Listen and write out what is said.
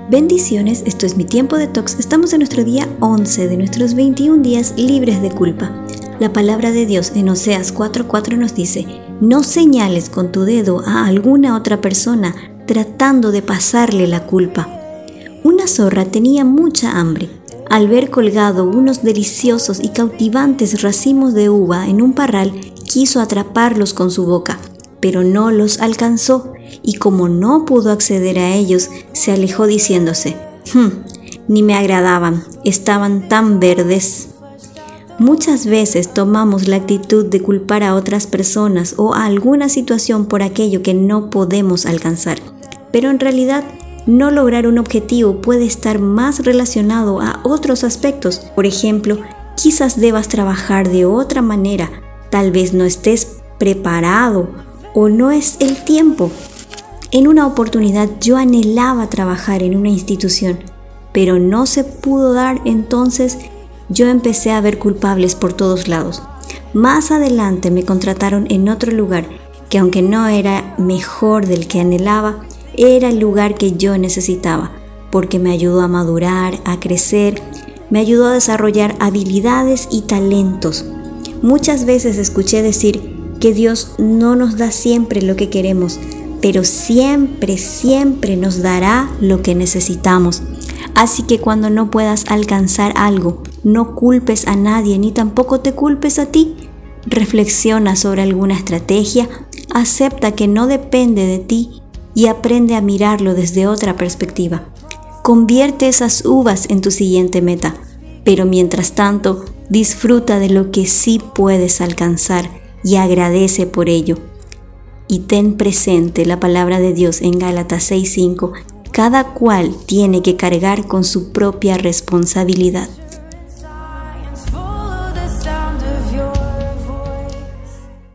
Bendiciones, esto es Mi Tiempo Detox. Estamos en nuestro día 11 de nuestros 21 días libres de culpa. La palabra de Dios en Oseas 4:4 nos dice: no señales con tu dedo a alguna otra persona tratando de pasarle la culpa. Una zorra tenía mucha hambre. Al ver colgado unos deliciosos y cautivantes racimos de uva en un parral, quiso atraparlos con su boca, pero no los alcanzó, y como no pudo acceder a ellos, se alejó diciéndose: ni me agradaban, estaban tan verdes. Muchas veces tomamos la actitud de culpar a otras personas o a alguna situación por aquello que no podemos alcanzar, pero en realidad no lograr un objetivo puede estar más relacionado a otros aspectos. Por ejemplo, quizás debas trabajar de otra manera, tal vez no estés preparado o no es el tiempo. En una oportunidad yo anhelaba trabajar en una institución, pero no se pudo dar, entonces yo empecé a ver culpables por todos lados. Más adelante me contrataron en otro lugar, que aunque no era mejor del que anhelaba, era el lugar que yo necesitaba, porque me ayudó a madurar, a crecer, me ayudó a desarrollar habilidades y talentos. Muchas veces escuché decir que Dios no nos da siempre lo que queremos, pero siempre nos dará lo que necesitamos. Así que cuando no puedas alcanzar algo, no culpes a nadie ni tampoco te culpes a ti. Reflexiona sobre alguna estrategia, acepta que no depende de ti y aprende a mirarlo desde otra perspectiva. Convierte esas uvas en tu siguiente meta, pero mientras tanto, disfruta de lo que sí puedes alcanzar y agradece por ello. Y ten presente la palabra de Dios en Gálatas 6:5: cada cual tiene que cargar con su propia responsabilidad.